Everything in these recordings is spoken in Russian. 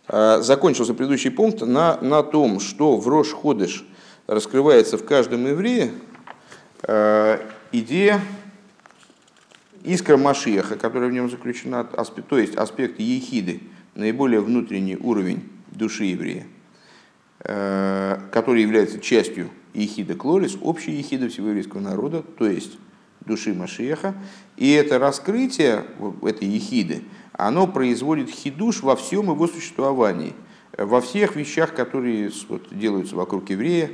Закончился предыдущий пункт на том, что в Рош Ходеш раскрывается в каждом еврее идея искра Машиаха, которая в нем заключена, то есть аспект ехиды, наиболее внутренний уровень души еврея, который является частью ехиды Клорис, общей ехиды всего еврейского народа, то есть души Машиаха. И это раскрытие этой ехиды, оно производит хидуш во всем его существовании, во всех вещах, которые делаются вокруг еврея,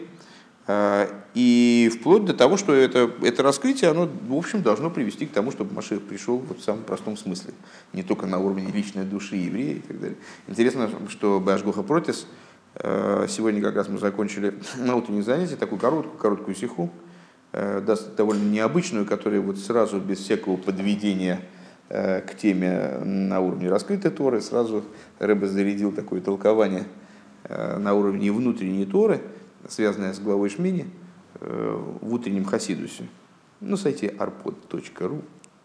и вплоть до того, что это раскрытие, оно, в общем, должно привести к тому, чтобы Машиах пришел в самом простом смысле, не только на уровне личной души еврея и так далее. Интересно, что Башгоха Протис, сегодня как раз мы закончили на утреннем занятии такую короткую сиху, довольно необычную, которая вот сразу, без всякого подведения к теме на уровне раскрытой Торы, сразу Ребе зарядил такое толкование на уровне внутренней Торы, связанное с главой Шмини в утреннем Хасидусе на сайте arpod.ru,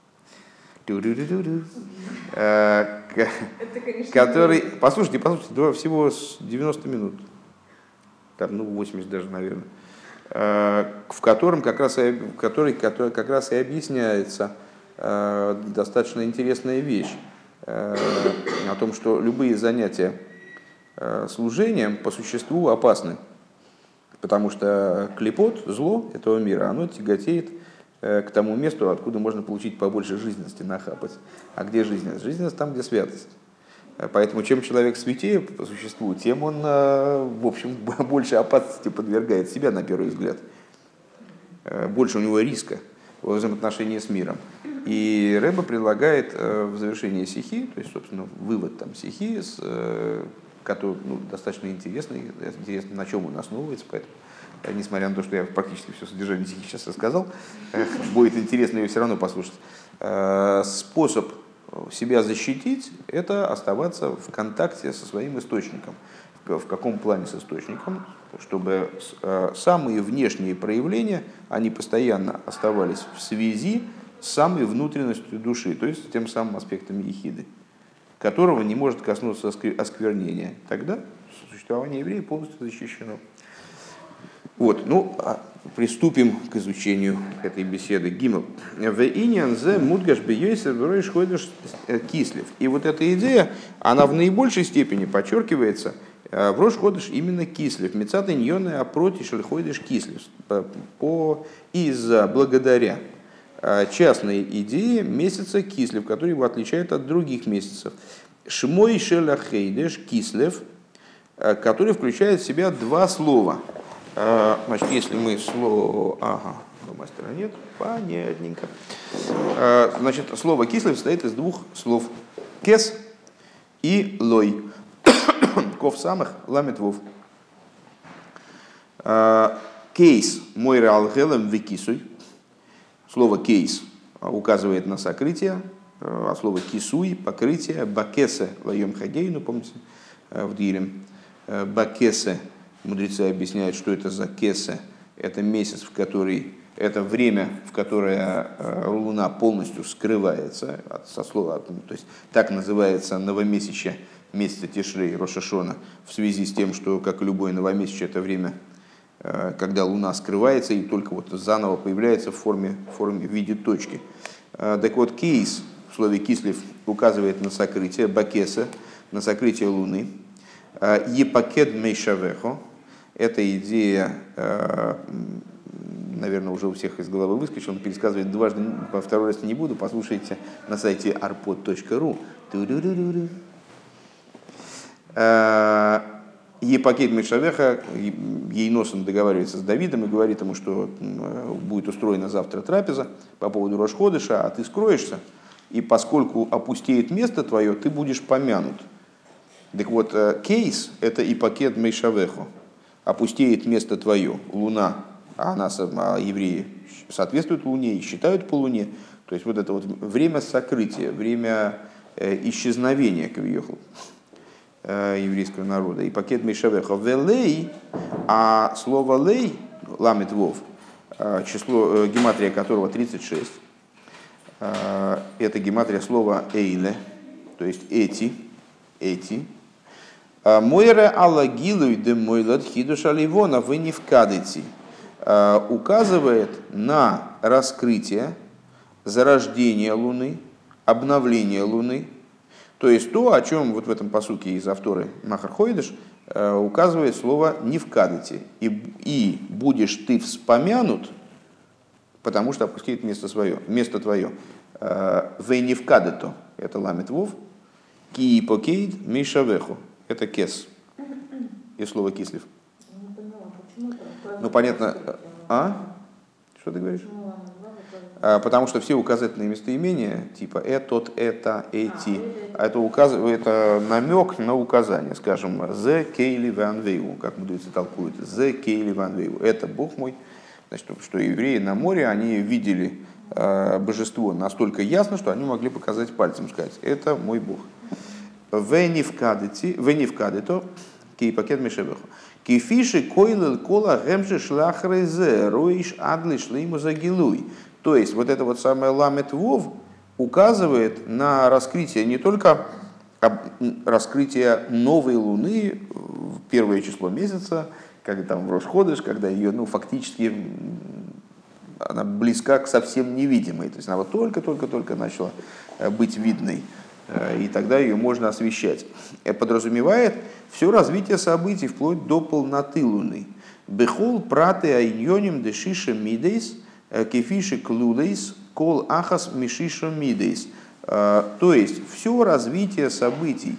который, послушайте, всего 90 минут, там, 80 даже, наверное, в котором как раз и объясняется достаточно интересная вещь о том, что любые занятия служением по существу опасны, потому что клипот, зло этого мира, оно тяготеет к тому месту, откуда можно получить побольше жизненности, нахапать. А где жизненность? Жизненность там, где святость. Поэтому чем человек святее по существу, тем он, в общем, больше опасности подвергает себя, на первый взгляд. Больше у него риска во взаимоотношении с миром. И Ребе предлагает в завершении сихи, то есть, собственно, вывод там сихи, который достаточно интересный, интересно, на чем он основывается, поэтому, несмотря на то, что я практически все содержание сихи сейчас рассказал, будет интересно ее все равно послушать. Способ себя защитить – это оставаться в контакте со своим источником. В каком плане с источником? Чтобы самые внешние проявления, они постоянно оставались в связи с самой внутренностью души, то есть с тем самым аспектом ехиды, которого не может коснуться осквернения. Тогда существование еврея полностью защищено. Вот, приступим к изучению этой беседы. Гимл. И вот эта идея, она в наибольшей степени подчеркивается в Рош Ходеш именно кислев. Мецат иньоны апроти шельходеш кислев. Благодаря частной идее месяца кислев, который его отличает от других месяцев. Шмой шелахейдеш кислев, который включает в себя два слова. Значит, если мы слово... мастера нет, понятненько. Значит, слово кислев состоит из двух слов. Кес и лой. Ков самых, ламет вов. Кейс мой реалгелем векисуй. Слово кейс указывает на сокрытие, а слово кисуй – покрытие. Бакесе лаем хагей, помните, в Дирем. Бакесе, мудрецы объясняют, что это за кесе. Это месяц, это время, в которое луна полностью скрывается со слова, то есть так называется новомесячье месяца Тишрей, Рош ха-Шана, в связи с тем, что, как и любое новомесячье, это время, когда луна скрывается и только вот заново появляется в виде точки. Так вот, кейс в слове кислев указывает на сокрытие, бакеса, на сокрытие луны. Епакет мейшавехо, эта идея, наверное, уже у всех из головы выскочила, но пересказывать дважды, по второй раз не буду, послушайте на сайте arpod.ru. Епакет Мишавеха, Ейносом договаривается с Давидом и говорит ему, что будет устроена завтра трапеза по поводу Рош Ходеша, а ты скроешься, и поскольку опустеет место твое, ты будешь помянут. Так вот, кейс – это Епакет Мишавеху, опустеет место твое, луна, а евреи соответствуют луне и считают по луне, то есть вот это вот время сокрытия, время исчезновения кавиехал еврейского народа. И пакет Мишавеха велей, а слово лей, ламет вов, число, гематрия которого 36, это гематрия слова эйле, то есть эти, Мойре алла гилуй де мойлад хидуша ливона вы не вкадете. Указывает на раскрытие, зарождение Луны, обновление Луны. То есть то, о чем вот в этом пасуке из Авторы Махар Хойдеш указывает слово «не вкадете». И будешь ты вспомянут, потому что опустит место твое. «Вей не вкадето» — это ламет вов. «Ки покейд мишавеху» — это кес. И слово «кислив». Ну, понятно. Что ты говоришь? Потому что все указательные местоимения, типа «этот», «это», «эти», это намек на указание. Скажем, «зе кейли ван вейу», как мудрецы толкуют, «зе кейли ван вейу» — это Бог мой. Значит, что евреи на море, они видели божество настолько ясно, что они могли показать пальцем, сказать: «Это мой Бог». «Ве не вкадето», «кей пакет мишевеху». Кифиши койлел кола гемши шлахрезе роиш адли шлейму загилуй. То есть вот это вот самое ламет вов указывает на раскрытие не только раскрытие новой луны в первое число месяца, как там в Рош-ходеш, когда ее фактически она близка к совсем невидимой. То есть она вот только начала быть видной. И тогда ее можно освещать. Это подразумевает все развитие событий вплоть до полноты Луны. Бехол праты айоним дешиша мидейс кефиши клудейс кол ахас мишиша мидейс. То есть все развитие событий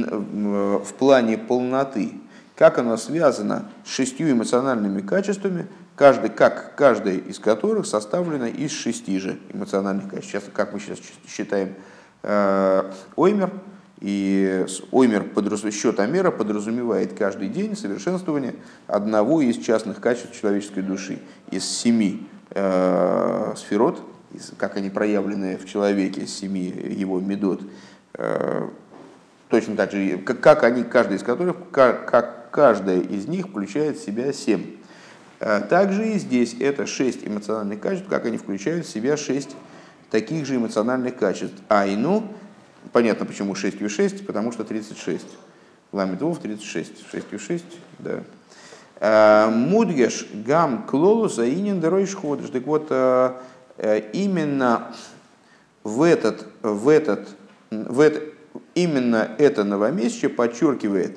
в плане полноты, как оно связано с 6 эмоциональными качествами, каждая из которых составлена из 6 же эмоциональных качеств. Как мы сейчас считаем оймер, и оймер, счет Омера подразумевает каждый день совершенствование одного из частных качеств человеческой души, из 7 сферот, как они проявлены в человеке, из 7 его медот, точно так же, как они, каждый из которых, как каждая из них включает в себя 7. Также и здесь это 6 эмоциональных качеств, как они включают в себя 6 таких же эмоциональных качеств. Айну, понятно почему 6 потому что 36. Ламет вов 36. 6 да. Мудгеш гам клолус аинин деройш ходыш. Так вот, именно именно это новомесячие подчеркивает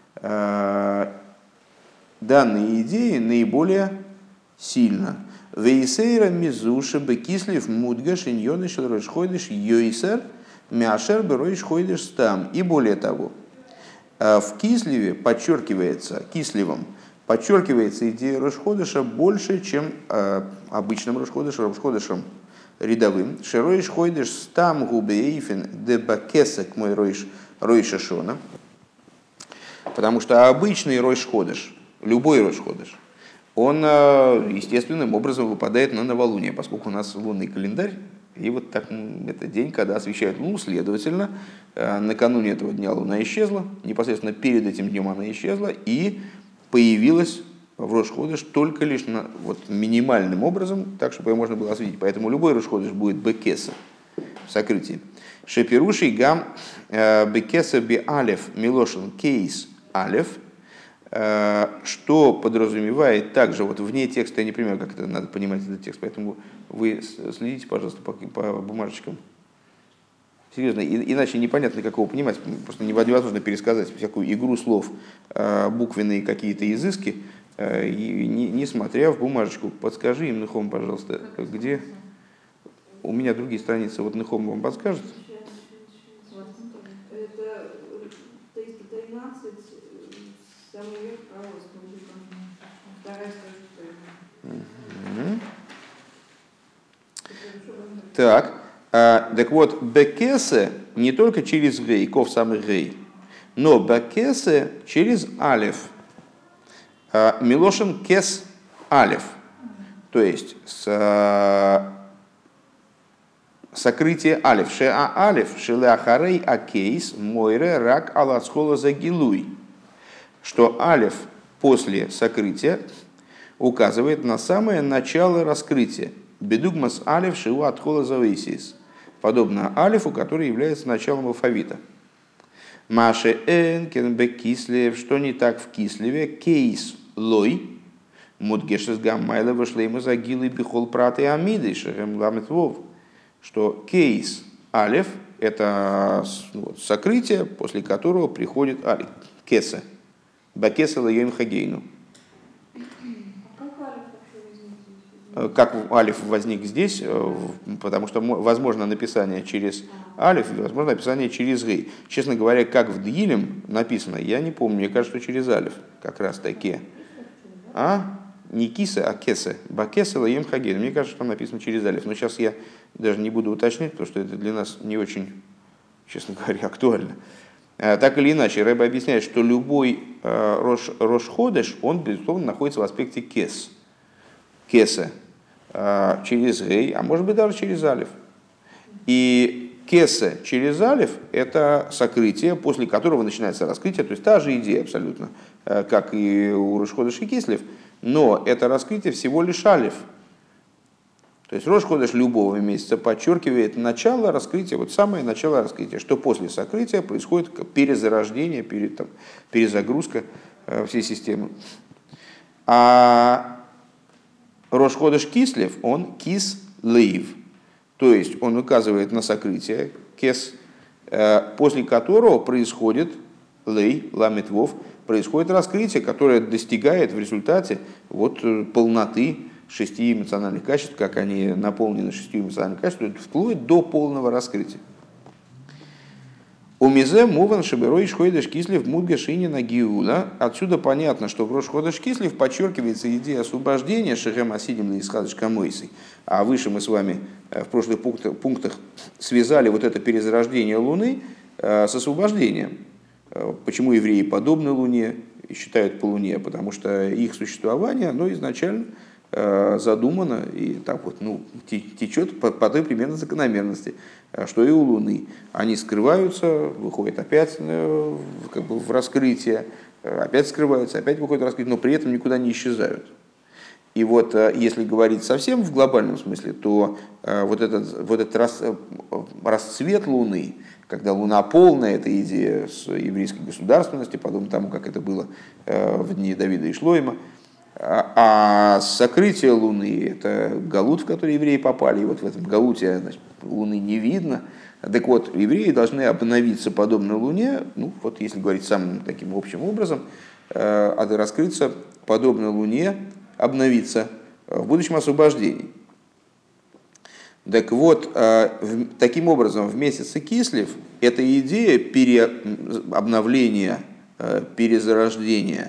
данные идеи наиболее сильно. Вейсейра мизуша бекислив мудгаш иньоныш ройш ходыш йойсер мяшер беройш ходыш стам. И более того, в Кисливе Кисливом подчеркивается идея Рош-ходыша больше, чем обычным Рош-ходышем рядовым. Шеройш ходыш стам губеейфен дебакесек мой ройша шона. Потому что обычный Рош-ходыш, любой Рош-ходыш, он естественным образом выпадает на новолуние, поскольку у нас лунный календарь, и вот так, это день, когда освещают Луну, следовательно, накануне этого дня Луна исчезла, непосредственно перед этим днем она исчезла, и появилась в Рош-ходыш только лишь минимальным образом, так, чтобы ее можно было осветить. Поэтому любой Рош-ходыш будет бекеса в сокрытии. Шепируший гам бекеса би алев милошин кейс алев, что подразумевает также, вне текста, я не понимаю, как это надо понимать этот текст, поэтому вы следите, пожалуйста, по бумажечкам. Серьезно, иначе непонятно, как его понимать, просто невозможно пересказать всякую игру слов, буквенные какие-то изыски, не смотря в бумажечку. Подскажи им, Нехом, пожалуйста, где у меня другие страницы, Нехом вам подскажет? Это 313, самый верх право, вторая Так. Так вот, бекесе не только через гей, ков самый гей, но бекесе через алев. Милошин кес алев. То есть сокрытие алев. Шеа алев, шелеахарей акейс, мойре рак аласхола загилуй. Что алев после сокрытия указывает на самое начало раскрытия. Бедугмас алев шиу отхола завейсис. Подобно алифу, который является началом алфавита. Маше энкенбе кислев, что не так в Кислеве, кейс лой, мудгешес гаммайла вышла ему загилы бихол праты амиды, шехем ламет вов, что кейс алев – это сокрытие, после которого приходит алиф, кеса, бакеса лаем хагейну. Как алиф возник здесь, потому что возможно написание через алиф, возможно написание через гей. Честно говоря, как в Дгилем написано, я не помню, мне кажется, что через алиф как раз таки. Не киса, а кеса. Бакеса лаем хагейну. Мне кажется, что там написано через алиф. Но сейчас я даже не буду уточнять, потому что это для нас не очень, честно говоря, актуально. Так или иначе, Рэбе объясняет, что любой Рош Ходеш, он, безусловно, находится в аспекте кес. Кеса через гей, а может быть даже через алиф. И кеса через алиф – это сокрытие, после которого начинается раскрытие, то есть та же идея абсолютно, как и у Рош Ходеш и Кислев, но это раскрытие всего лишь алиф. То есть Рош Ходеш любого месяца подчеркивает начало раскрытия, вот самое начало раскрытия, что после сокрытия происходит перезарождение, перезагрузка всей системы. А Рош Ходеш Кислев, он кис лейв, то есть он указывает на сокрытие, кес, после которого происходит лей, ламет вов, происходит раскрытие, которое достигает в результате вот полноты 6 эмоциональных качеств, как они наполнены 6 эмоциональными качествами, вплоть до полного раскрытия. У мизе муван шеберой шхойдеш кислев мудга шинина гиула. Отсюда понятно, что в Рош Ходеш Кислев подчеркивается идея освобождения шехем асидим лейсхадыш камойсой. А выше мы с вами в прошлых пунктах связали вот это перезарождение Луны с освобождением. Почему евреи подобны Луне и считают по Луне? Потому что их существование, оно изначально задумано и так вот, течет по той примерно закономерности, что и у Луны. Они скрываются, выходят опять в раскрытие, опять скрываются, опять выходят в раскрытие, но при этом никуда не исчезают. И вот если говорить совсем в глобальном смысле, то вот этот расцвет Луны, когда Луна полная, это идея с еврейской государственности, подобно тому, как это было в дни Давида и Шлойма, а сокрытие Луны – это галут, в который евреи попали, и вот в этом галуте, значит, Луны не видно. Так вот, евреи должны обновиться подобно Луне, вот если говорить самым таким общим образом, раскрыться подобно Луне, обновиться в будущем освобождении. Так вот, таким образом, в месяце Кислев эта идея обновления, перезарождения,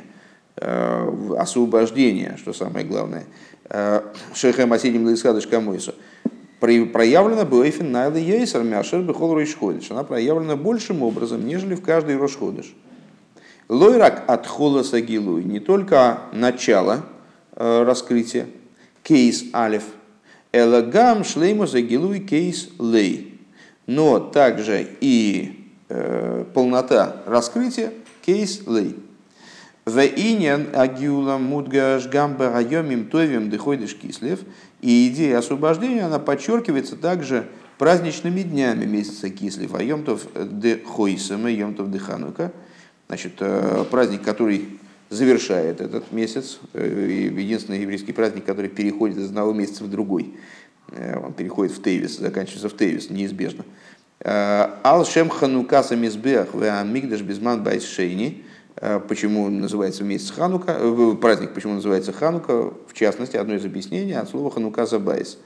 освобождения, что самое главное, шейхем асидим лейсхадыш камойсу, проявлена бэйфин найлы ейсер мяшер бэхол Рош Ходеш. Она проявлена большим образом, нежели в каждый Рош Ходеш. Лойрак от холоса гилуй, не только начало раскрытия, кейс алиф, элагам шлейму загилуй кейс лей, но также и полнота раскрытия кейс лей. Вэйнян агиула мудгаш гамба райомим товим дыходиш Кислев. И идея освобождения, она подчеркивается также праздничными днями месяца Кислев, а Йом-Тов де Хойсем и Йом-Тов де Ханука. Значит, праздник, который завершает этот месяц, единственный еврейский праздник, который переходит из одного месяца в другой. Он переходит в Тейвис, заканчивается в Тейвис, неизбежно. Ал-Шем Ханука Самизбеах Веамигдаш Безман Байс Шейни. Почему называется месяц Ханука, праздник, почему называется Ханука, в частности, одно из объяснений от слова Ханука Забайс.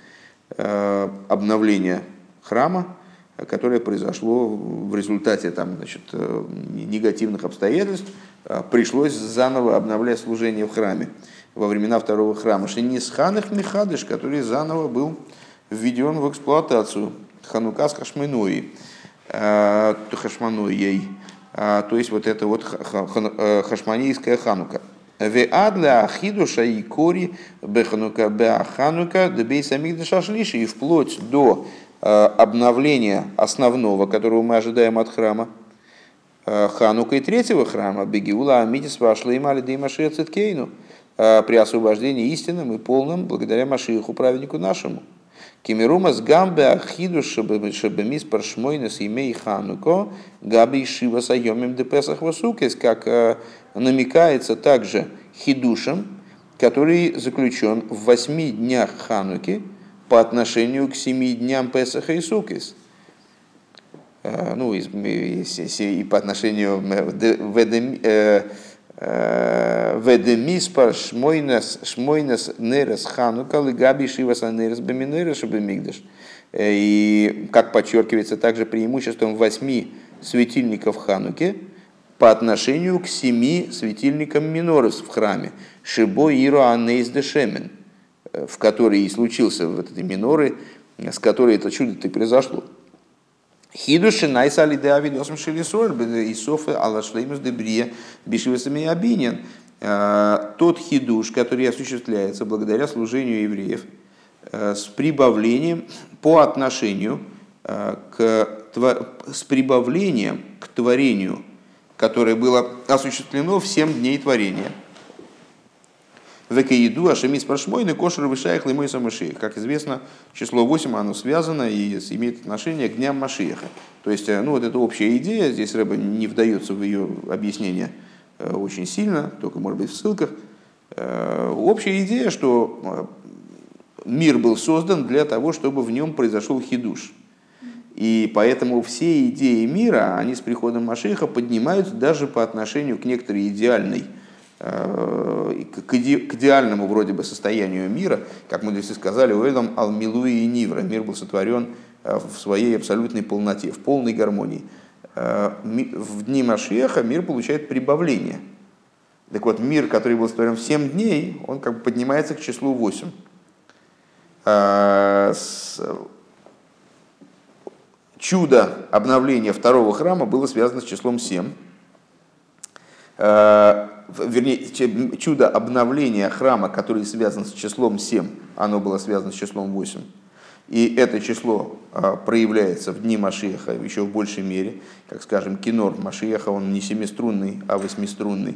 Обновление храма, которое произошло в результате негативных обстоятельств, пришлось заново обновлять служение в храме во времена второго храма. Шенис Ханах Михадыш, который заново был введен в эксплуатацию. Ханука с Хашманоей. То есть вот это вот хашманейская Ханука. Веадля ахидуша и кори беханука беаханука дебейса мигдаша шлиши, и вплоть до обновления основного, которого мы ожидаем от храма, Ханука и третьего храма, бегиула амитис вашлейма лидей машия циткейну, при освобождении истинным и полным благодаря Машииху, праведнику нашему. Кемерумас гамбе ахиду шебемис паршмойнес имей хануко габи шива сайомим де песах васукес, как намекается также хидушем, который заключен в 8 днях Хануки по отношению к 7 дням Песаха и Суккес. Ну, и по отношению Ведемиспар шмойнес нерес Ханука лигаби шиваса нерес беминерес шебемигдаш. И, как подчеркивается, также преимуществом 8 светильников Хануки по отношению к 7 светильникам минорес в храме, шибо иро анейс дешемен, в которой и случился вот этой миноры, с которой это чудо-то и произошло. Хидуши найсали де авидосм шелисоль исофе алашлеймус де брия бишивасами абинин. Тот хидуш, который осуществляется благодаря служению евреев с прибавлением по отношению с прибавлением к творению, которое было осуществлено в 7 дней творения. Векаиду ашемис паршмойны кошер вышаях лимой самашиях. Как известно, число 8 оно связано и имеет отношение к дням Машиаха. То есть, ну, вот эта общая идея, здесь Рэбе не вдается в ее объяснение очень сильно, только, может быть, в ссылках. Общая идея, что мир был создан для того, чтобы в нем произошел хидуш. И поэтому все идеи мира, они с приходом Машиаха поднимаются даже по отношению к некоторой идеальной, к идеальному вроде бы состоянию мира, как мудрецы сказали, «Уэлам ал-милуи и нивра». Мир был сотворен в своей абсолютной полноте, в полной гармонии. В дни Машиаха мир получает прибавление. Так вот, мир, который был сотворен в 7 дней, он как бы поднимается к числу 8. Чудо обновления второго храма было связано с числом 7. Вернее, чудо обновления храма, который связан с числом 7, оно было связано с числом 8. И это число проявляется в дни Машиаха еще в большей мере. Как, скажем, кинор Машиаха, он не 7-струнный, а 8-струнный.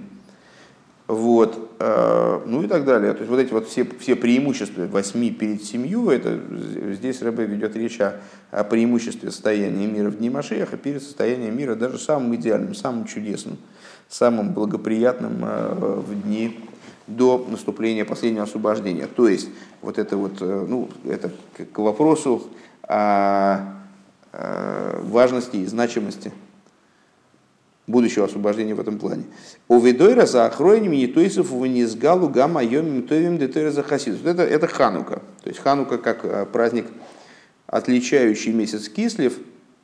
Вот. Ну и так далее. То есть вот эти вот все преимущества 8 перед 7, это, здесь Рэбе ведет речь о преимуществе состояния мира в дни Машиаха перед состоянием мира даже самым идеальным, самым чудесным, самым благоприятным в дни до наступления последнего освобождения. То есть вот это вот, ну, это к вопросу о важности и значимости будущего освобождения в этом плане. Овидойра за охроенем нитойсов вынизгалу гамма йомим тойвим детойра за хасидус. Это Ханука. То есть Ханука как праздник, отличающий месяц Кислев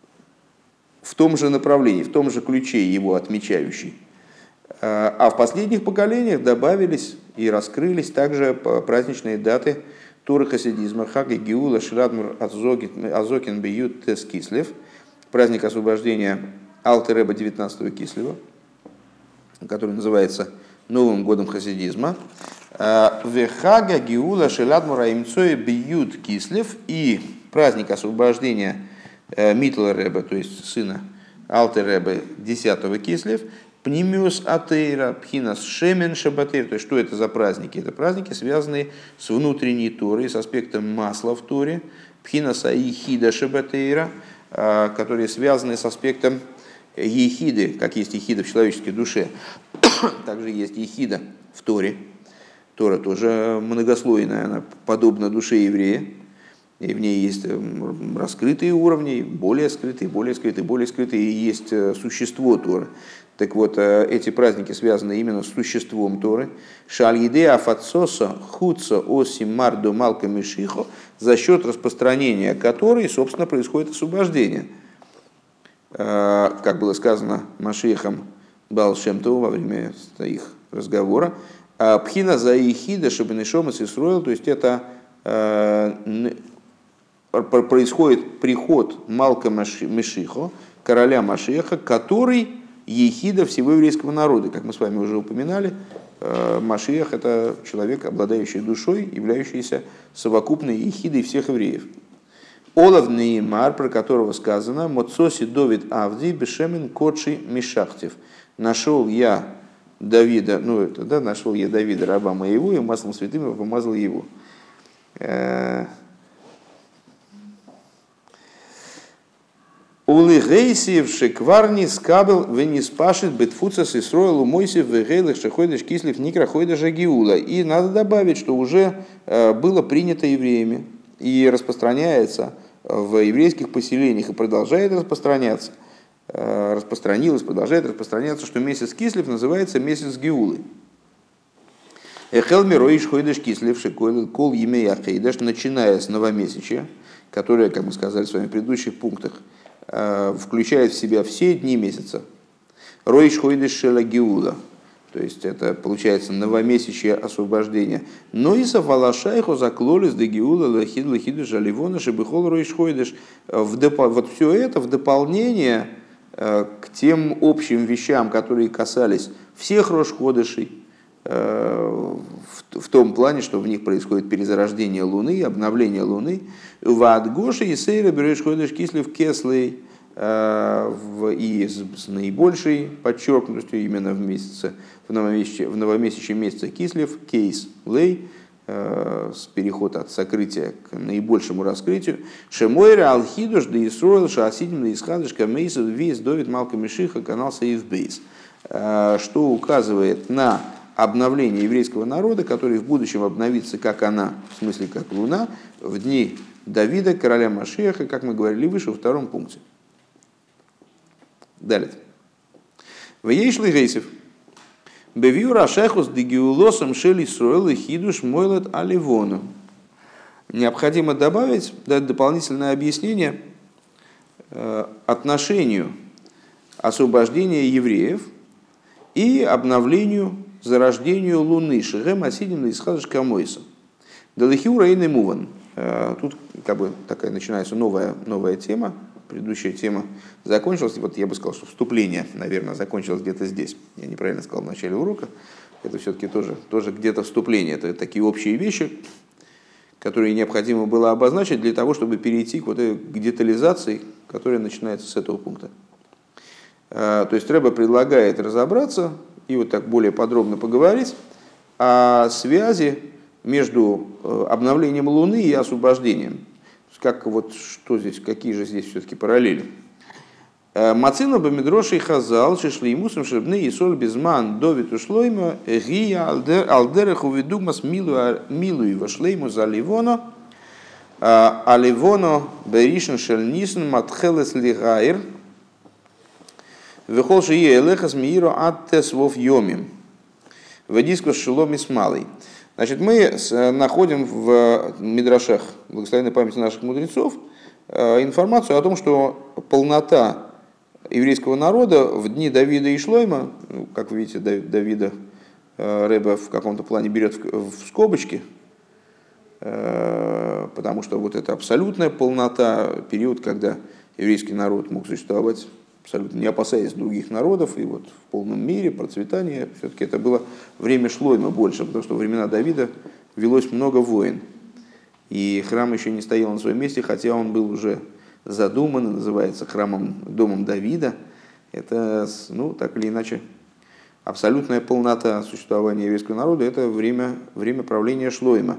в том же направлении, в том же ключе его отмечающий. А в последних поколениях добавились и раскрылись также праздничные даты Торы хасидизма, Хаг и Геула Шрадмур Азокин Бьют Тес Кислев, праздник освобождения Алтер Ребе 19-го Кислева, который называется Новым годом хасидизма. Вехага Геула Шрадмур Имцой Бьют Кислев, и праздник освобождения Митла Ребе, то есть сына Алтер Ребе 10-го Кислев, Пнимиус Атейра, Пхинас Шемен Шабатейр. То есть, что это за праздники? Это праздники, связанные с внутренней Торой, с аспектом масла в Торе. Пхинас Аихида Шабатейра, которые связаны с аспектом ехиды, как есть ехида в человеческой душе. Также есть ехида в Торе. Тора тоже многослойная, она подобна душе еврея. И в ней есть раскрытые уровни, более скрытые, более скрытые, более скрытые, и есть существо Торы. Так вот, эти праздники связаны именно с существом Торы. Шальидеа фатсоса хуца оси мардо малка мишихо, за счет распространения которой, собственно, происходит освобождение. Как было сказано Машиахом Баал Шем Тову во время их разговора. Пхина за ехида шабанешома сисроил, то есть это происходит приход Малка Мишихо, короля Машиаха, который ехида всего еврейского народа. Как мы с вами уже упоминали, Машиах — это человек, обладающий душой, являющийся совокупной ехидой всех евреев. Олав Неймар, про которого сказано: «Моцоси Довид Авди бешемен кодши мишахтев». Нашел я Давида, нашел я Давида, раба моего, и маслом святым я помазал его. Улыгейси в шекварни скабел венис пашет бетфуцас и строил умойси в гейлых шеходыш кислив никра ходыша гиула. И надо добавить, что уже было принято евреями и распространяется в еврейских поселениях и продолжает распространяться, распространилось, продолжает распространяться, что месяц кислив называется месяц гиулы. Эхел мироиш ходыш кислив шекойл кол емея хейдаш, начиная с новомесячия, которое, как мы сказали в своих предыдущих пунктах, включает в себя все дни месяца. Роиш хойдеш шела геула, то есть это получается новомесячье освобождение. Но и савалашайху заклолис де геула лахид лахиду жаливона шебихол роиш хойдеш. Вот все это в дополнение к тем общим вещам, которые касались всех рош-ходышей, в том плане, что в них происходит перезарождение Луны, обновление Луны. Вад Гоши и Сейра берешь ходишь кислив кеслей, и с наибольшей подчеркнутостью именно в месяце, в новомесячном месяце кислив, кейс лей, с перехода от сокрытия к наибольшему раскрытию. Шемойра алхидуш да исроил шаасидим да исхадыш камейсу весь довид малка мишиха канал сейфбейс, что указывает на обновление еврейского народа, который в будущем обновится, как она, в смысле как Луна, в дни Давида, короля Машиаха, как мы говорили выше во втором пункте. Далее. Веешлый Гейсев. Бевью рашехус дегиулосом шели строил и хидуш мойлет аливону. Необходимо добавить, дать дополнительное объяснение отношению освобождения евреев и обновлению, зарождению Луны. Шигем асидим на исхадыш камойса. Далахиура и немуван. Тут как бы такая начинается новая тема. Предыдущая тема закончилась. Вот я бы сказал, что вступление, наверное, закончилось где-то здесь. Я неправильно сказал в начале урока. Это все-таки тоже где-то вступление. Это такие общие вещи, которые необходимо было обозначить для того, чтобы перейти к детализации, которая начинается с этого пункта. То есть Рэбе предлагает разобраться и вот так более подробно поговорить о связи между обновлением Луны и освобождением. Как, вот, что здесь, какие же здесь все-таки параллели? Мацина бамидроши хазал шишли мусом шебны и соль безман довит ушлойма гия алдереху ведугмас милуи вошлейму за ливоно аливоно беришн шельнисн матхелес лигайр вехол шие элехас мииро ад тесвов йомим ведискус шеломи смалый. Значит, мы находим в Мидрашах, благословенной памяти наших мудрецов, информацию о том, что полнота еврейского народа в дни Давида и Шлойма, как вы видите, Давида Рэбе в каком-то плане берет в скобочки, потому что вот эта абсолютная полнота, период, когда еврейский народ мог существовать абсолютно не опасаясь других народов, и вот в полном мире, процветания, все-таки это было время Шлойма больше, потому что во времена Давида велось много войн. И храм еще не стоял на своем месте, хотя он был уже задуман, называется храмом, домом Давида. Это, ну, так или иначе, абсолютная полнота существования еврейского народа, это время правления Шлойма.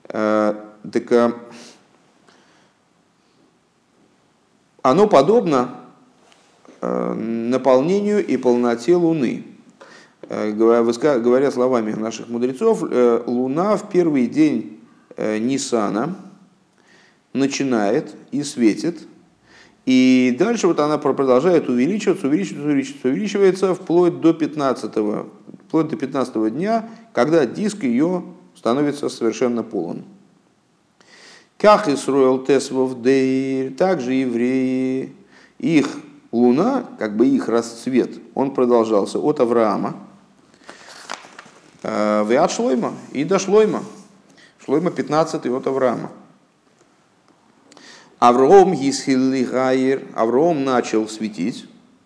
Оно подобно наполнению и полноте Луны. Говоря словами наших мудрецов, Луна в первый день Нисана начинает и светит, и дальше вот она продолжает увеличивается вплоть до 15 дня, когда диск ее становится совершенно полон. Как Исроэл Тесвов Дейр, также евреи, их Луна, как бы их расцвет, он продолжался от Авраама от Шлойма и до Шлойма. Шлойма 15 от Авраама. Авраам начал светить.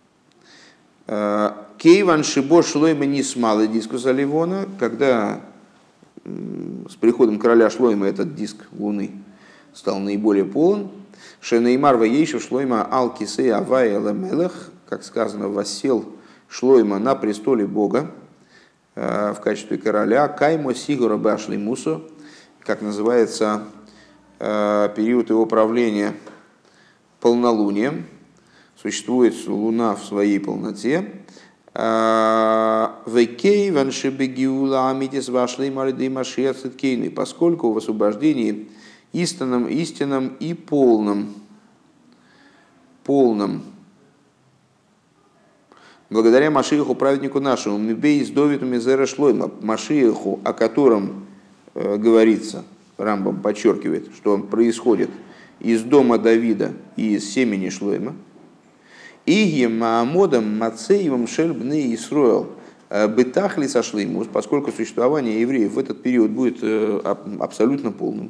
Кейван шибо Шлойма не смал дискус Аливона, когда с приходом короля Шлойма этот диск Луны стал наиболее полон. Шенеймар ваейшев Шлойма ал-кисей авай эл-мелех, как сказано, воссел Шлойма на престоле Бога в качестве короля. Каймо сигура башли мусо, как называется период его правления полнолунием. существует Луна в своей полноте. Поскольку в освобождении истинном и полном, благодаря Машиаху, праведнику нашему, Мибей из Довиду Мизера Шлойма, Машиаху, о котором говорится, Рамбам подчеркивает, что он происходит из дома Давида и из семени Шлойма, и Емаамодом Мацеевым Шельбны Исроэл Бетахли сошлимус, поскольку существование евреев в этот период будет абсолютно полным.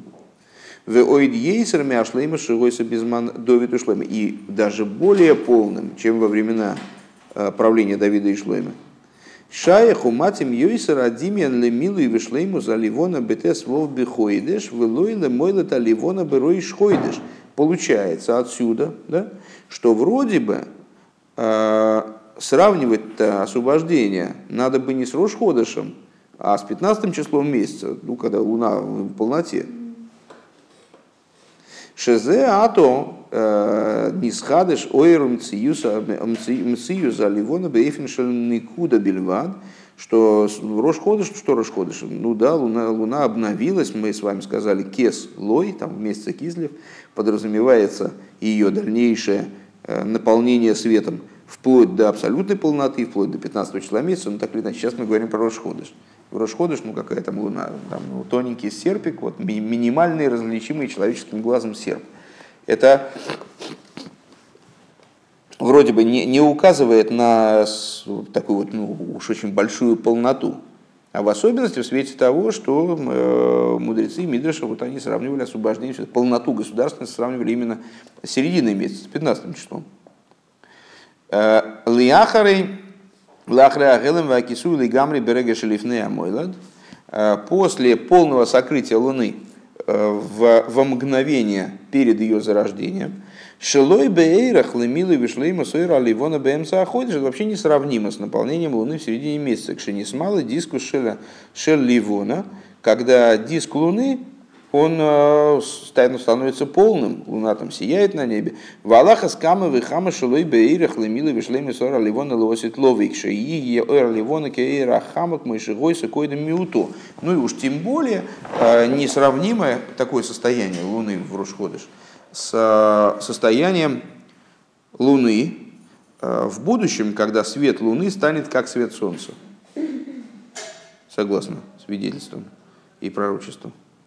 И даже более полным, чем во времена правления Давида и Шлойма. Шаяху матим Йойсер Адимиан Лемилу и Вишлейму за Ливона Бетес Вов Бехойдеш, Велойла Мойлета Ливона Берой Шхойдеш. Получается отсюда, да, что вроде бы сравнивать освобождение надо бы не с Рош-Ходешем, а с 15 числом месяца, ну, когда Луна в полноте. Шезе ато нисхадеш ойрум мциюза ливона бейфеншель никуда бельвад, что Рош-Ходеш, что Рош-Ходеш? Ну да, Луна обновилась, мы с вами сказали, кес лой, там в месяце Кислев, подразумевается ее дальнейшее наполнение светом вплоть до абсолютной полноты, вплоть до 15 числа месяца, ну так или иначе, сейчас мы говорим про Рош-Ходеш. В Рош-Ходеш, ну какая там луна, там, ну, тоненький серпик, вот, минимальный, различимый человеческим глазом серп. Это вроде бы не указывает на такую вот, ну, уж очень большую полноту, а в особенности в свете того, что мудрецы Мидраша, вот они сравнивали освобождение, полноту государственности сравнивали именно с серединой месяца, с 15 числом. Лиахарей после полного сокрытия Луны во мгновение перед ее зарождением, Шелой бейрах лемилы вишлейма сойра ливона бэмса аходиш, это вообще несравнимо с наполнением Луны в середине месяца. Кшенисмала диску шель ливона, когда диск Луны, он становится полным, Луна там сияет на небе. Валаха скама вихама шелой бейрах лемилы вишлейма сойра ливона лосит ловикша и эр ливона кейра хамак мышегой сокойдем миуто. Ну и уж тем более несравнимое такое состояние Луны в Рош-Ходеш с состоянием Луны в будущем, когда свет Луны станет как свет Солнца. Согласно свидетельствам и пророчествам.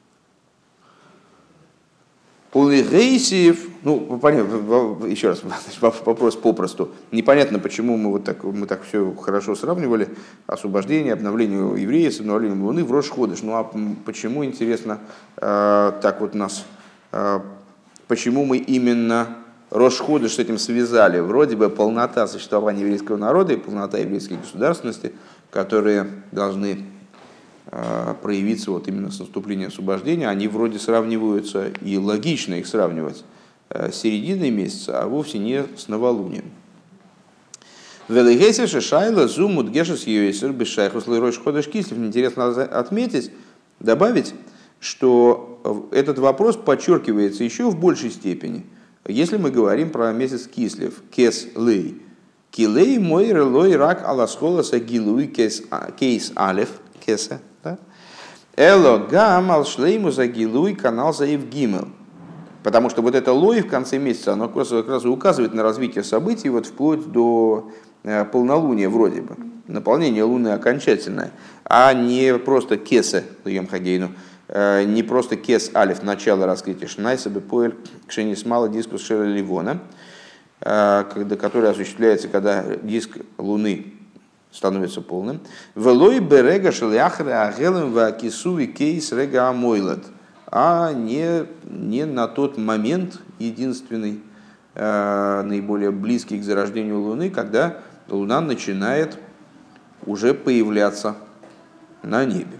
Улигейсиев, ну, понятно, еще раз вопрос попросту. Непонятно, почему мы так все хорошо сравнивали. Освобождение, обновление евреев с обновлением Луны в Рош-Ходеш. Ну а почему, интересно, так вот нас... Почему мы именно Рош-Ходеш с этим связали? Вроде бы полнота существования еврейского народа и полнота еврейской государственности, которые должны проявиться вот именно с наступлением освобождения, они вроде сравниваются, и логично их сравнивать, с серединой месяца, а вовсе не с новолунием. Интересно отметить, добавить, что этот вопрос подчеркивается еще в большей степени, если мы говорим про месяц Кислев, кес лей. Килей мой релой рак аласхоласа гилуи кейс алев, кеса, эло гам алшлейму за гилуи канал за евгимел. Потому что вот это лой в конце месяца, оно как раз указывает на развитие событий вот вплоть до полнолуния вроде бы, наполнение Луны окончательное, а не просто кеса, не просто кес алиф, начало раскрытия шнайса бепоэль кшенисмала дискус шера ливона, который осуществляется, когда диск Луны становится полным. Велой берега шеляхре агелем вакисуви кейс рега амойлад, а не на тот момент единственный, наиболее близкий к зарождению Луны, когда Луна начинает уже появляться на небе.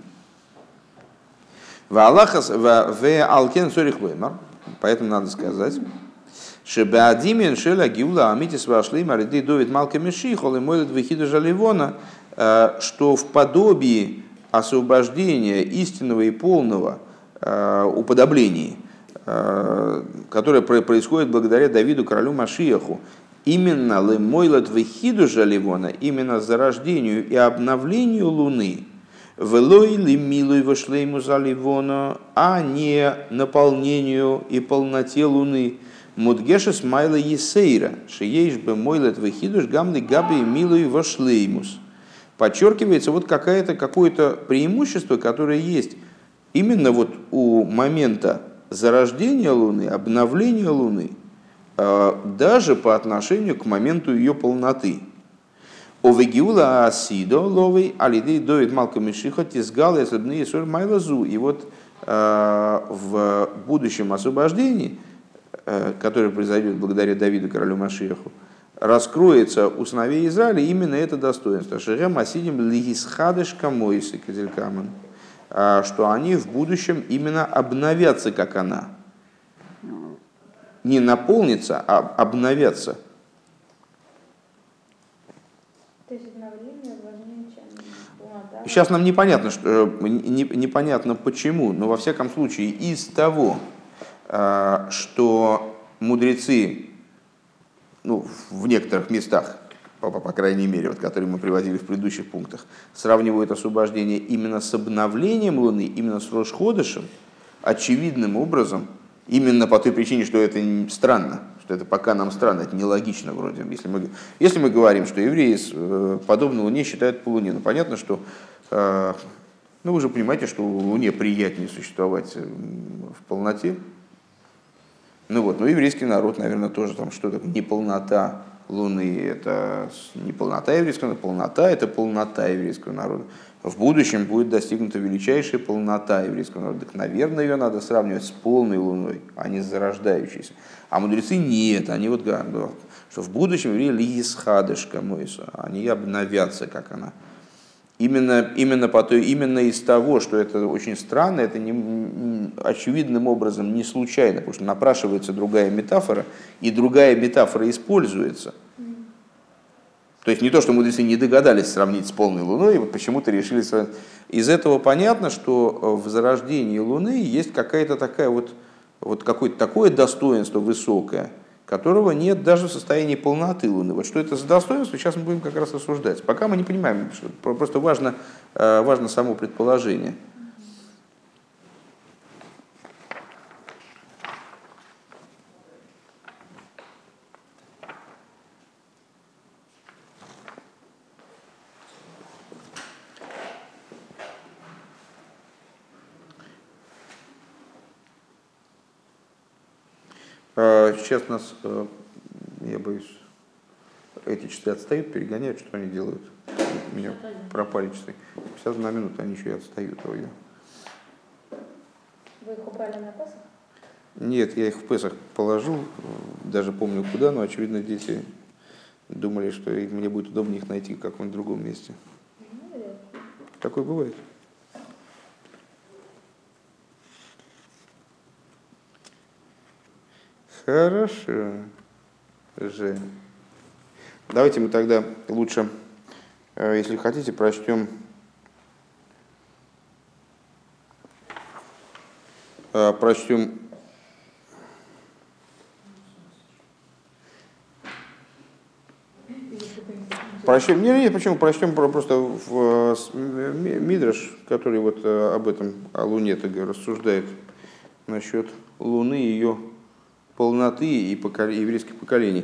Поэтому надо сказать, что в подобии освобождения истинного и полного уподобления, которое происходит благодаря Давиду, королю Машиаху, именно лемойлат вехиду жаливона, именно зарождению и обновлению Луны, велой лимилуй вошлейму заливона, а не наполнению и полноте Луны. Мудгешес майла есейра, шееш бы мойлат вехидуш гамли габи милуй вошлеймус. Подчеркивается вот какое-то преимущество, которое есть именно вот у момента зарождения Луны, обновления Луны, даже по отношению к моменту ее полноты. Овегиула асидо ловый алидей доит малка мишиха тизгал эсэбны соль майлазу. И вот в будущем освобождении, которое произойдет благодаря Давиду королю Машиаху, раскроется у сыновей Израиля именно это достоинство. Шерем асидим лигисхадыш камойсы кизелькаман, что они в будущем именно обновятся, как она. Не наполнится, а обновятся. То есть обновление важнее, чем полнота. Сейчас нам непонятно почему, но во всяком случае из того, что мудрецы, в некоторых местах, по крайней мере, вот, которые мы приводили в предыдущих пунктах, сравнивают освобождение именно с обновлением Луны, именно с Рош Ходешем, очевидным образом, именно по той причине, что это странно, что это пока нам странно, это нелогично вроде. Если мы говорим, что евреи подобно Луне считают по Луне, понятно, что вы же понимаете, что Луне приятнее существовать в полноте. Но еврейский народ, наверное, тоже там что-то неполнота Луны, это не полнота еврейского народа, полнота – это полнота еврейского народа. В будущем будет достигнута величайшая полнота еврейского народа. Так, наверное, ее надо сравнивать с полной Луной, а не с зарождающейся. А мудрецы нет, они говорят, что в будущем евреи лиисхадышка мойса, они обновятся, как она. Именно из того, что это очень странно, это очевидным образом не случайно, потому что напрашивается другая метафора, и другая метафора используется. То есть не то, что мудрецы не догадались сравнить с полной Луной, и вот почему-то решили сравнить. Из этого понятно, что в зарождении Луны есть какая-то такая какое-то такое достоинство высокое, которого нет даже в состоянии полноты Луны. Вот что это за достоинство, сейчас мы будем как раз рассуждать. Пока мы не понимаем, что просто важно само предположение. Сейчас нас, я боюсь, эти часы отстают, перегоняют, что они делают. У меня пропали часы. 51 минута, они еще и отстают. Вы их убрали на Песах? Нет, я их в Песах положил, даже помню куда, но, очевидно, дети думали, что мне будет удобнее их найти в каком-нибудь другом месте. Такое бывает. Хорошо же. Давайте мы тогда лучше, если хотите, прочтем прочтем просто в Мидраш, который об этом, о Луне рассуждает насчет Луны, ее полноты и еврейских поколений.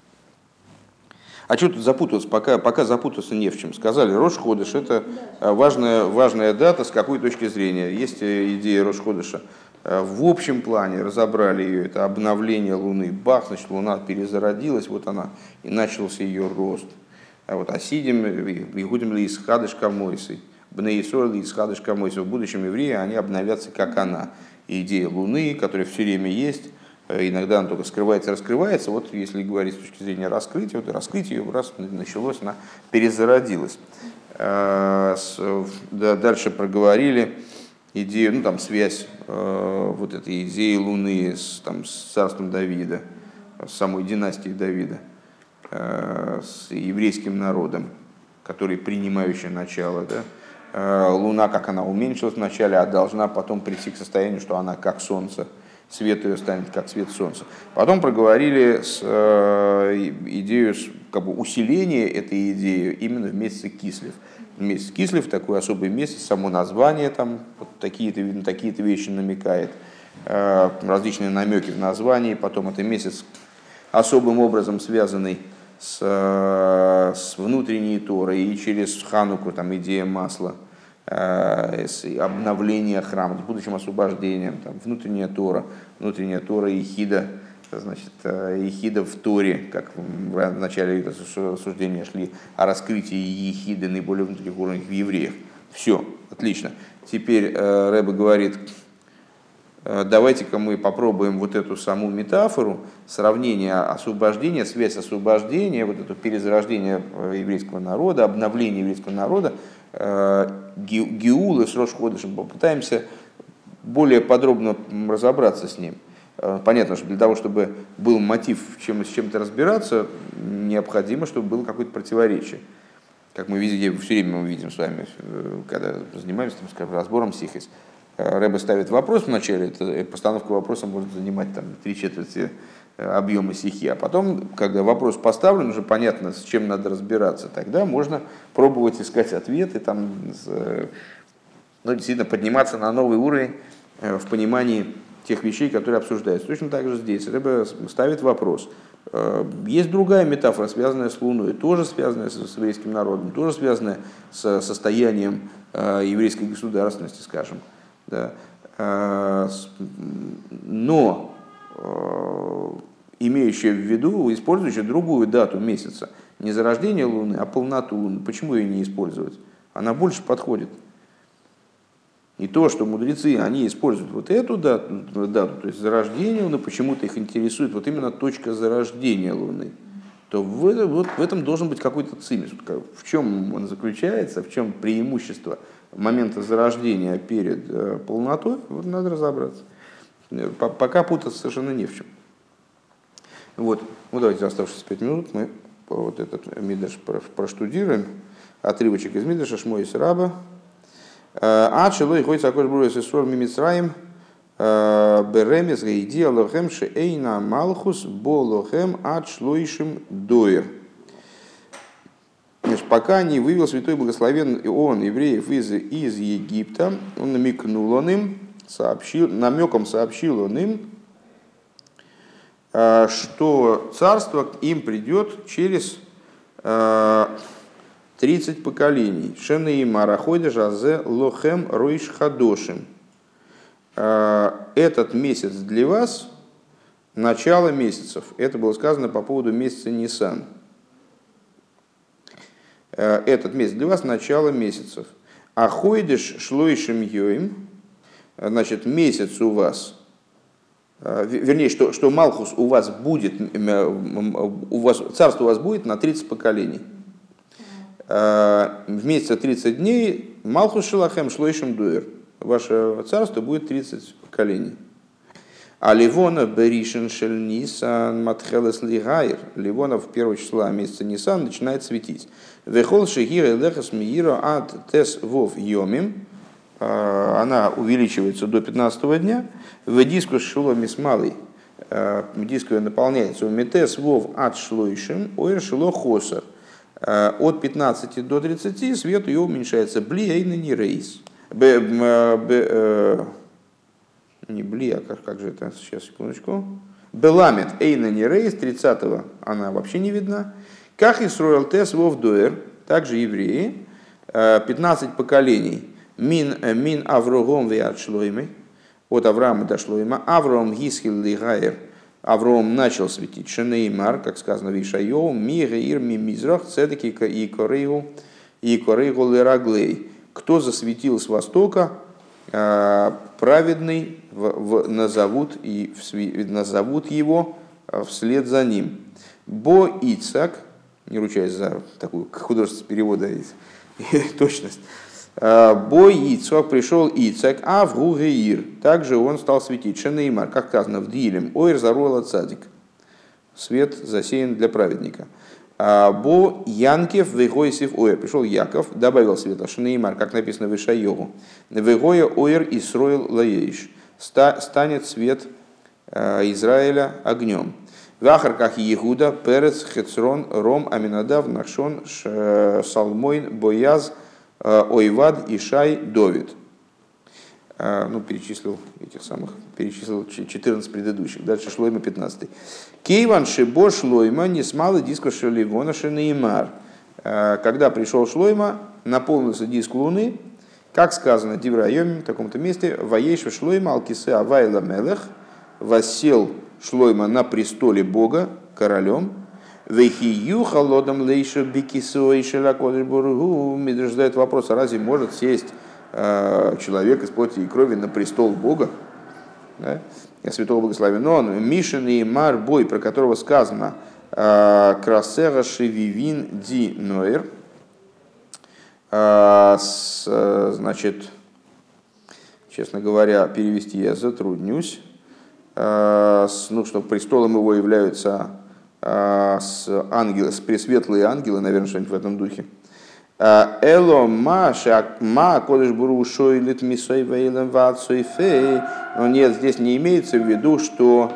А что тут запутываться? Пока запутаться не в чем. Сказали, Рош Ходеш – это важная дата, с какой точки зрения. Есть идея Рош Ходеша. В общем плане разобрали ее, это обновление Луны. Бах, значит, Луна перезародилась, вот она, и начался ее рост. А вот Асидим, Игудим ли исхадыш камойсы, Бнеисор ли исхадыш камойсы. В будущем евреи, они обновятся, как она. И идея Луны, которая все время есть, иногда она только скрывается, раскрывается. Вот если говорить с точки зрения раскрытия, раскрытие ее раз началось, она перезародилась. Дальше проговорили идею, связь этой идеи Луны с царством Давида, с самой династией Давида, с еврейским народом, который принимающий начало. Да? Луна, как она уменьшилась вначале, а должна потом прийти к состоянию, что она как солнце, свет ее станет как свет солнца. Потом проговорили идею как бы усиления этой идеи именно в месяце Кислев. Месяц Кислев, такой особый месяц, само название там вот такие-то вещи намекает, различные намеки в названии. Потом это месяц особым образом связанный с внутренней Торой, и через Хануку там идея масла, обновление храма, с будущим освобождением, там, внутренняя Тора Ехида, значит, Ехида в Торе, как в начале рассуждения шли о раскрытии Ехиды наиболее внутренних уровней в евреях. Все, отлично. Теперь Ребе говорит, давайте-ка мы попробуем вот эту саму метафору, сравнение освобождения, связь освобождения, вот это перезарождение еврейского народа, обновление еврейского народа, Геулы с Рош Ходешем, попытаемся более подробно разобраться с ним. Понятно, что для того, чтобы был мотив с чем-то разбираться, необходимо, чтобы было какое-то противоречие. Как мы везде, все время мы видим с вами, когда занимаемся, там, скажем, разбором сихис. Ребе ставит вопрос вначале, постановка вопроса может занимать там 3/4 объема сихи, а потом, когда вопрос поставлен, уже понятно, с чем надо разбираться, тогда можно пробовать искать ответы, там, действительно подниматься на новый уровень в понимании тех вещей, которые обсуждаются. Точно так же здесь Ребе ставит вопрос. Есть другая метафора, связанная с Луной, тоже связанная с еврейским народом, тоже связанная с состоянием еврейской государственности, скажем. Да. Но имеющая в виду, использующая другую дату месяца, не зарождение Луны, а полноту Луны. Почему ее не использовать? Она больше подходит. И то, что мудрецы, они используют вот эту дату, то есть зарождение Луны, почему-то их интересует вот именно точка зарождения Луны, то в этом должен быть какой-то цимис. В чем он заключается, в чем преимущество момента зарождения перед полнотой, вот надо разобраться. Пока путаться совершенно не в чем. Вот. Ну, давайте оставшиеся 5 минут мы вот этот мидраш проштудируем. Отрывочек из мидраша Шмойс Раба. Ачелой ходит сакош бруес исрор мимицраим беремес гейди алохем шеэйна малхус болохем ачлойшим доер. Пока не вывел святой благословен он евреев из Египта, он намекнул он им, намеком сообщил он им, что царство им придет через 30 поколений. Шенеимар аходе жазе лохем ройш хадошим. Этот месяц для вас начало месяцев. Это было сказано по поводу месяца Нисан. Этот месяц для вас начало месяцев. Аходеш шлойшим йоим. Значит, месяц у вас, вернее, что Малхус у вас будет, царство у вас будет на 30 поколений. В месяце 30 дней Малхус шелахем шлойшим дуэр. Ваше царство будет 30 поколений. А Ливона беришен шель Нисан матхелес лигайр. Ливона в первого числа месяца Нисан начинает светить. Вехол шегира лехас миира ад тес вов йомим. Она увеличивается до 15 дня. В диску шула мисмалый. Диску наполняется. Метес вов ад шлойшим. Ойр шило хосар. От 15 до 30 свет ее уменьшается. Бли эйна не рейс. Не бли, а как же это? Сейчас, секундочку. Беламет эйна не рейс. 30-го она вообще не видна. Как и строил тес вов дуэр. Также евреи. 15 поколений. Мин Аврогом веат шлоймы. От Авраама до Шлойма. Авраам гисхил лигайр. Авраам начал светить. Шенеймар, как сказано в Ишайоу, мига ирми мизрах цедеки и корейгу лераглей. Кто засветил с востока, праведный назовут его вслед за ним. Бо Ицак, не ручаюсь за такую художественную перевода и точность. Бо Ицак, пришел Ицак, а в Гугеир, также он стал светить. Шенеймар, как сказано в Дилем, ойр заруала цадик. Свет засеян для праведника. Бо Янкев вегойсив ойр, пришел Яков, добавил света. Шенеймар, как написано в Ишайогу. Вегоя ойр исроил лаейш, станет свет Израиля огнем. В Ахарках Егуда, Перец, Хецрон, Ром, Аминадав, Нахшон, Салмойн, Бояз, Ойвад, Ишай, Довид. Перечислил 14 предыдущих. Дальше Шлойма 15. Кейван Шибо Шлойма не смалы диско Шеливона Шенеймар. Когда пришел Шлойма, наполнился диск Луны, как сказано Диврайоме в таком-то месте, Ваейша Шлойма Алкисе Авайла Мелех, воссел Шлойма на престоле Бога, королем, Вейхию холодом лейша бикисой шелакодыш бургу. Мидраш задает вопрос, а разве может сесть человек из плоти и крови на престол Бога? Да? Святого Благословен он, Мишин и Марбой, про которого сказано Красера Шевивин Ди Ноэр. Значит, честно говоря, перевести я затруднюсь. Что престолом его являются пресветлые ангелы, наверное, что-нибудь в этом духе. Эло ма кодыш буру шойлит мисой вейлем вацой фей. Но нет, здесь не имеется в виду, что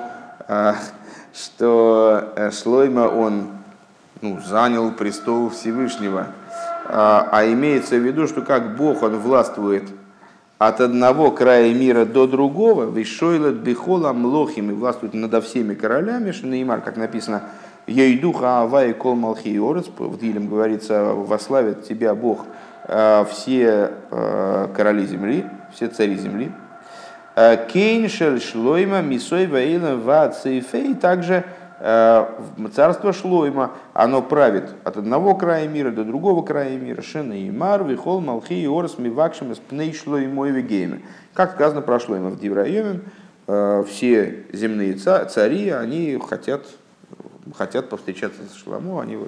Шлойма он занял престол Всевышнего, а имеется в виду, что как Бог он властвует от одного края мира до другого, вишойлет бихола млохим, и властвует над всеми королями, Шенеймар, как написано, Йойдуха авай кол малхи орец, в Дилем говорится, вославит тебя Бог все короли земли, все цари земли. Кейншель шлойма мисой ваилем ва цейфей, также царство Шлойма, оно правит от одного края мира до другого края мира. Шенеймар вихол малхи и орес мивакшим из пней шлоймой вегейме. Как сказано про Шлойма в Диврайоме, все земные цари, они хотят повстречаться с Шламо, они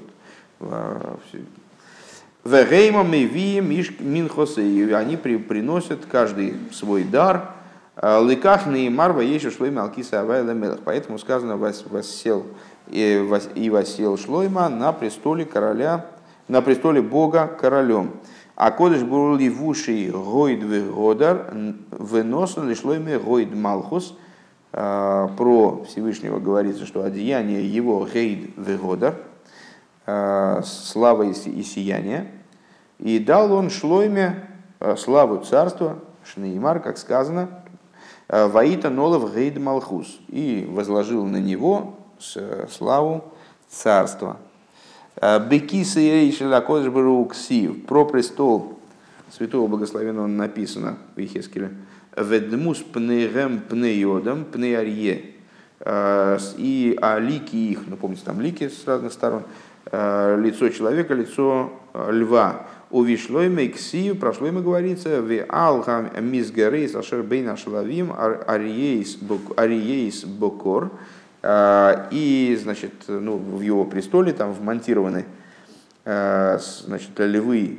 вегеймом и вием минхосы, они приносят каждый свой дар. Лыках Неймар Ваейша Шлойма Алкиса Авайла Мелех. Поэтому сказано воссел Шлойма на престоле короля, на престоле Бога королем. А кодыш был ливуший гойд вегодар выносан ли Шлойме гойд Малхус. Про Всевышнего говорится, что одеяние его гейд вегодар, слава и сияние. И дал он Шлойме славу царства, Шнеймар, как сказано, Ваита Нолов Гейд Малхус, и возложил на него славу царства. Бекиса Рейшеля Кодыш Бару Ксив, про престол святого благословенного написано в Ехескеле, Ведмус пнегэм пнеодам пнеарье, и лики их, помните, там лики с разных сторон, лицо человека, лицо льва. У Вишлойме Ксию, про Шлойме говорится, в Алхам Мизгарейс Ашер Бейна Шлавим Ариейс Бокор. И, значит, в его престоле там вмонтированы, значит, львы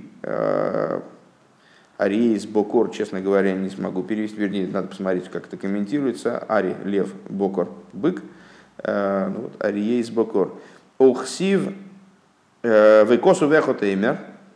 Ариейс Бокор, честно говоря, не смогу перевести, вернее, надо посмотреть, как это комментируется. Ари, лев, Бокор, бык. Ариейс Бокор. Охсив Векосу Вехотеймер.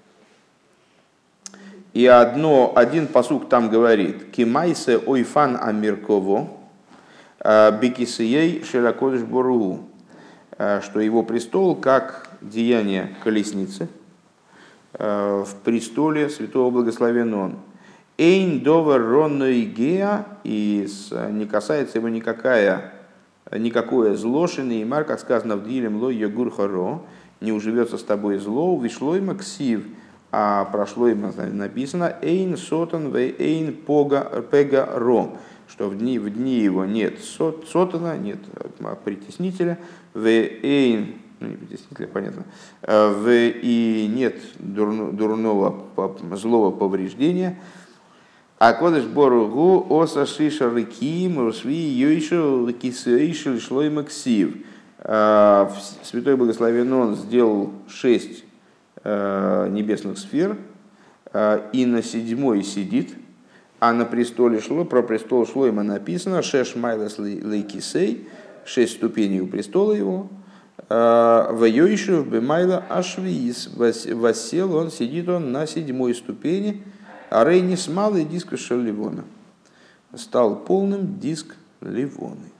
И один пасук там говорит: «Кимайсе ойфан амирково, бекисией шелакодыш боругу», что его престол как деяние колесницы в престоле святого благословен он. «Эйн довер ронной геа», и не касается его никакое зло, Шенеймар, как сказано в Дилем ло йогур хоро, не уживется с тобой зло, вишлойма ксив. А прошло им написано «Эйн сотан ве эйн пега ро», что в дни его нет сотана, нет притеснителя, ве эйн, не притеснителя, понятно, и нет дурного, злого повреждения. А кодыш боругу оса шиша рыким русви йойшу кисейши шлой максив. Святой благословен он сделал 6 небесных сфер, и на 7-й сидит, а на престоле про престол Шлойма написано «Шеш майлес лейкисей», 6 ступеней у престола его, «Вайойшев бемайла ашвиис», воссел он, сидит он на 7-й ступени, а рейнис малый диск Ливона, стал полным диск Ливоны.